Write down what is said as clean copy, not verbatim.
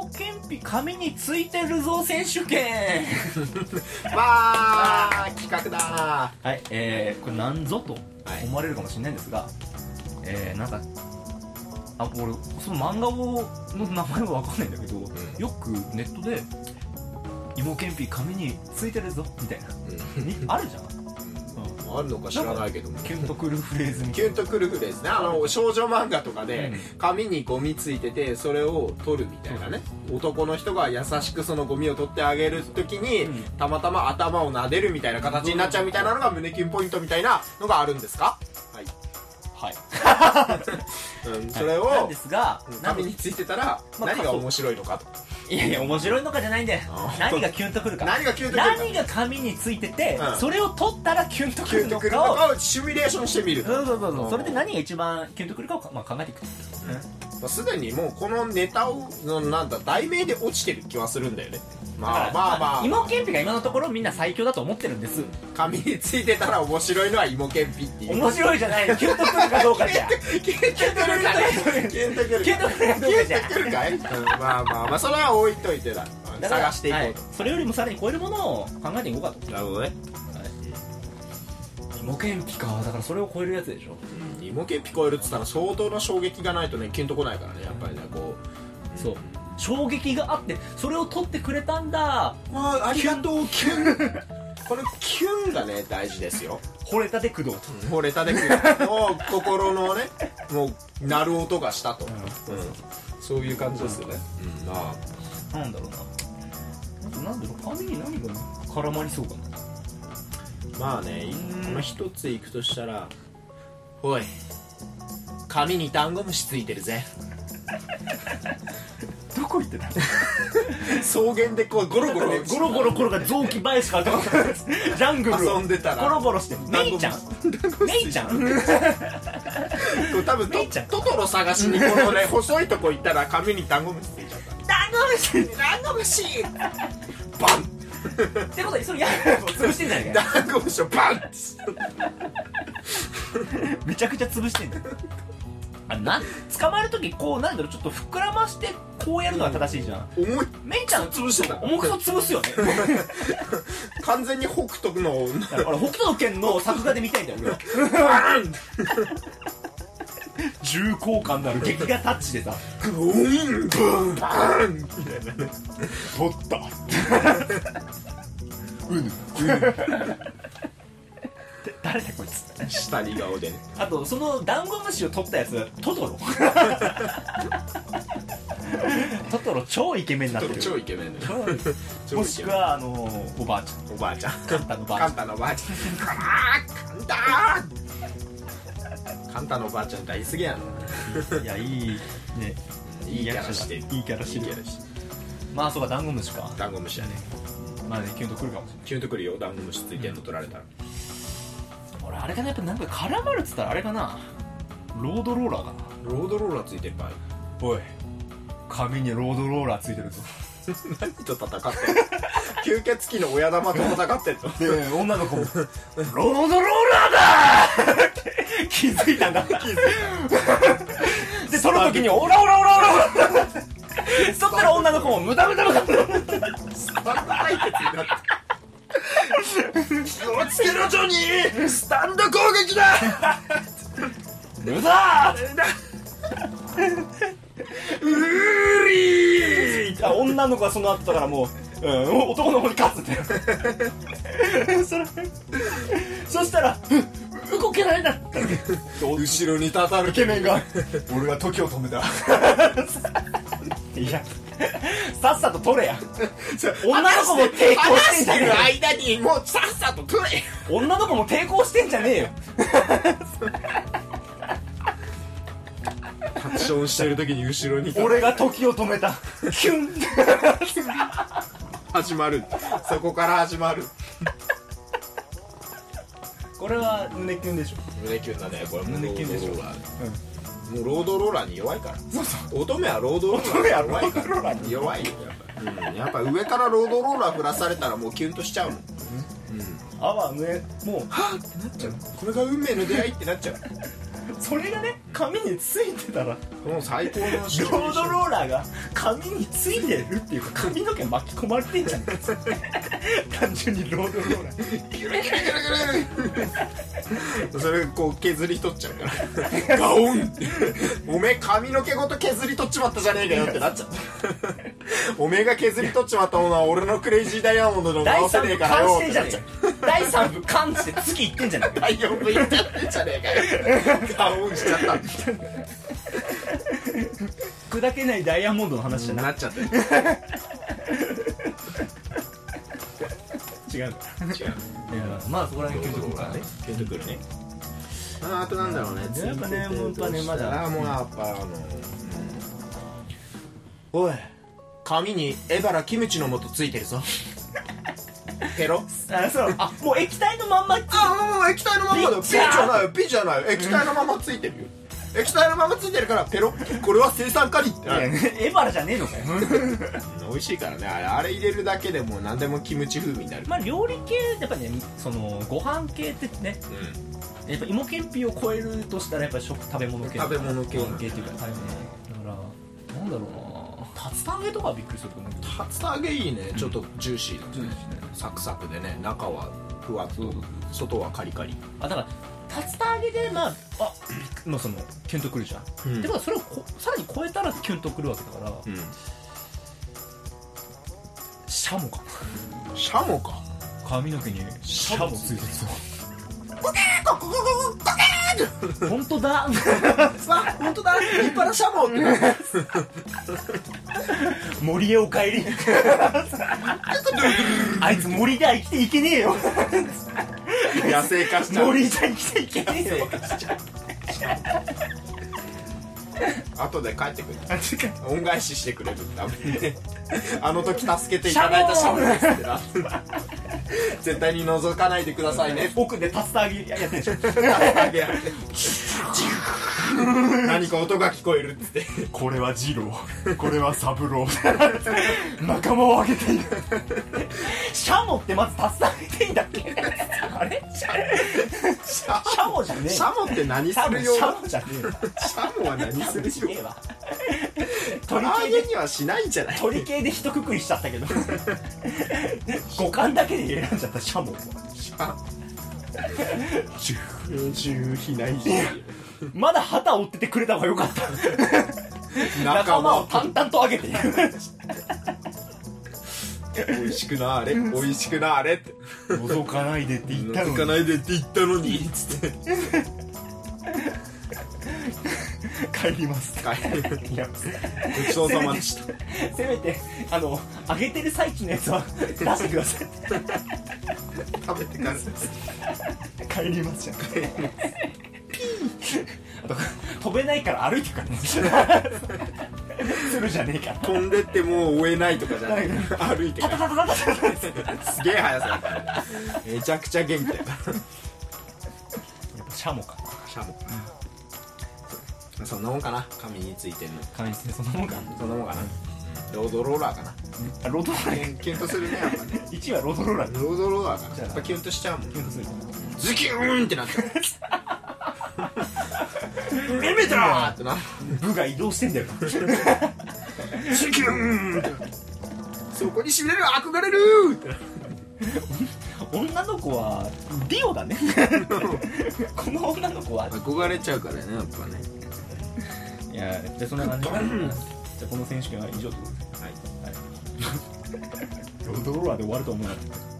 芋けんぴ髪についてるぞ選手権まあ企画だな。 はい、これなんぞと思われるかもしれないんですが、なんか俺その漫画の名前は分かんないんだけど、よくネットで芋けんぴ髪についてるぞみたいな、あるじゃん。 あるのか知らないけども、 キュンとくるフレーズみたいな。 キュンとくるフレーズね。少女漫画とかで髪にゴミついててそれを取るみたいなね、男の人が優しくそのゴミを取ってあげる時に、たまたま頭を撫でるみたいな形になっちゃうみたいなのが胸キュンポイントみたいなのがあるんですか？はいそれをなんですが、 髪についてたら何が面白いのかと。 いやいや面白いのかじゃないんだよ。何がキュンとくるか、 何がキュンとくるか、 何が髪についてて、 うんそれを取ったらキュンとくキュンとるのかを、 くるのかをシミュレーションしてみる。 そうそれで何が一番キュンとくるかを、まあ、考えていく。 すでにもうこのネタをなんだ題名で落ちてる気はするんだよね。まあ芋けんぴが今のところみんな最強だと思ってるんです。 髪についてたら面白いのは芋けんぴっていう。 面白いじゃない、キュンとくるかどうかじゃ。 キュンとくるかね。キュンとくるか。 キュンとくるかどうかじゃ。 キュンとくるかい。まあそれは置いといてだ。探していこうと。 それよりもさらに超えるものを考えていこうかと。 なるほどね。 芋けんぴか、だからそれを超えるやつでしょ。 芋けんぴ超えるっつったら相当な衝撃がないとねキュンとこないからね、やっぱりね、こうそう衝撃があってそれを取ってくれたんだ、 ありがとうキュンこのキュンがね大事ですよ。 惚れたで工藤と、 惚れたでくるもう心のねもう鳴る音がしたと、そういう感じですよね。 なんだろうな、髪に何が絡まりそうかな。 まあね、この一ついくとしたら、おい髪にダンゴムシついてるぜどこ行ってた草原でこうゴロゴロゴロゴロ転がる雑木林からジャングルを遊んでたらゴロゴロしてメイちゃん多分トトロ探しにこのね細いとこ行ったら髪にダンゴムシついちゃった。ダンゴムシバンってことでそれや潰してんじゃないかよ。 ダンゴムシをバンめちゃくちゃ潰してんだよ。捕まえるときこうなんだろう、ちょっと膨らましてこうやるのが正しいじゃん。 重いメイちゃん潰してた。 重くそ潰すよね完全に北斗の俺北斗の拳の作画で見たいんだよ俺は。 バン重厚感のある劇画タッチでさグーンブンバーンみたいなね取った誰だこいつ下り顔でね。 あとそのダンゴムシを取ったやつトトロトトロ超イケメンになってる。 超イケメンだよもしくはおばあちゃん、 おばあちゃんカンタのばあちゃん、 カンタのおばあちゃんカンタのおばあちゃん大好きやの。 いやいいね、 いいキャラしてる。 いいキャラしてる。まあそうか、ダンゴムシか。 ダンゴムシやね。 まあね、キュンとくるかもしれない。 キュンとくるよ、ダンゴムシついてんの取られたら。 俺あれかな、やっぱなんか絡まるっつったらあれかな、ロードローラーかな。 ロードローラーついてる場合、 おい髪にロードローラーついてるぞ何と戦ってんの吸血鬼の親玉と戦ってんので女の子もロードローラーだーって気づいたんだ。でその時にオラオラオラオラそしたら女の子もムダムダムダムスタンド対決になって気をつけろジョニー、スタンド攻撃だムダうりー女の子はその後だからもう、男の子に勝つんだよそしたら動けないんだって後ろに立たるイケメンが俺は時を止めたいやさっさと取れや。女の子も抵抗してんじゃねえよ。 話してる間にもうさっさと取れ。 女の子も抵抗してんじゃねえよ。 タッチションしてる時に後ろに俺が時を止めた。キュン始まる。そこから始まる。 これは胸キュンでしょ。 胸キュンだね、これ胸キュンでしょ。 もうロードローラーに弱いから。 そうそう。 乙女はロードローラーに弱いから。弱いよやっぱ。やっぱ上からロードローラー降らされたらもうキュンとしちゃうもん。 あわね、もうはぁってなっちゃう。これが運命の出会いってなっちゃう。 それがね、髪についてたらもう最高のロードローラーが髪についてるっていうか髪の毛巻き込まれてんじゃん単純にロードローラーギュルギュルギュルギュルそれこう削り取っちゃうからガオンっておめえ髪の毛ごと削り取っちまったじゃねえかよってなっちゃったおめえが削り取っちまったものは俺のクレイジーダイヤモンドの直せねえからよってなっちゃう第3部完して月いってんじゃないか第4部いっちゃってんじゃねえかよガオンしちゃった砕けないダイヤモンドの話じゃななっちゃったよ違うから違うまあそこら辺キュンとくるからねキュンとくるねあとなんだろうねやっぱね本当はねまだもうやっぱおい髪にエバラキムチの素ついてるぞペロそうもう液体のまんまもう液体のまんまだよピじゃない液体のままついてるよ液体のままついてるからペロこれは生酸カリってエバラじゃねえのかよ美味しいからねあれ入れるだけでもう何でもキムチ風味になるまあ料理系やっぱねそのご飯系ってねやっぱ芋けんぴを超えるとしたらやっぱ食べ物系食べ物系っていうか食べ物だからなんだろうな竜田揚げとかはびっくりすると思うけど竜田揚げいいねちょっとジューシーだねサクサクでね中はふわっと外はカリカリだから竜田揚げでまあもうそのキュンとくるじゃん、ってことはそれをさらに超えたらキュンとくるわけだから、シャモかシャモか髪の毛にシャモついてるぞ本当だ本当だ立派なシャモって森へお帰りあいつ森では生きていけねえよ野生化しちゃう森じゃ生きていけねえよ後で帰ってくる恩返ししてくれるためにねあの時助けていただいたシャモですってな絶対に覗かないでくださいね奥で竜田揚げやってるでしょ何か音が聞こえるっつってこれは二郎これは三郎仲間をあげているシャモってまず竜田揚げていいんだっけあれシャモじゃねえシャモって何するよシャモじゃねえわシャモは何するよ鳥揚げにはしないんじゃない鳥系で一括りしちゃったけど五感だけで選んじゃったシャモ 10比ないまだ旗を追っててくれた方がよかった仲間を淡々とあげている美味しくなあれ美味しくなあれって覗かないでって言ったのに覗かないでって言ったのにつって帰ります帰るいやごちそうさまでしたせめて揚げてる最中のやつは出してください食べてから帰りますじゃん飛べないから歩いてからねするじゃねえから飛んでってもう追えないとかじゃない歩いてからすげえ速さだからめちゃくちゃ元気だからやっぱシャモかシャモそんなもんかな髪についてるの髪についてそんなもんかそんなもんかなロードローラーかなロードローラーキュンとするねやっぱね 1はロードローラーロードローラーかなやっぱキュンとしちゃうもんキュンとするズキューンってなっちゃうエレベーターってな部が移動してんだよズキューンってそこにしびれる憧れるって女の子はディオだねこの女の子は憧れちゃうからねやっぱねいやじゃあそんな感じかなじゃあこの選手権は以上ということではいロードローラーで終わると思うな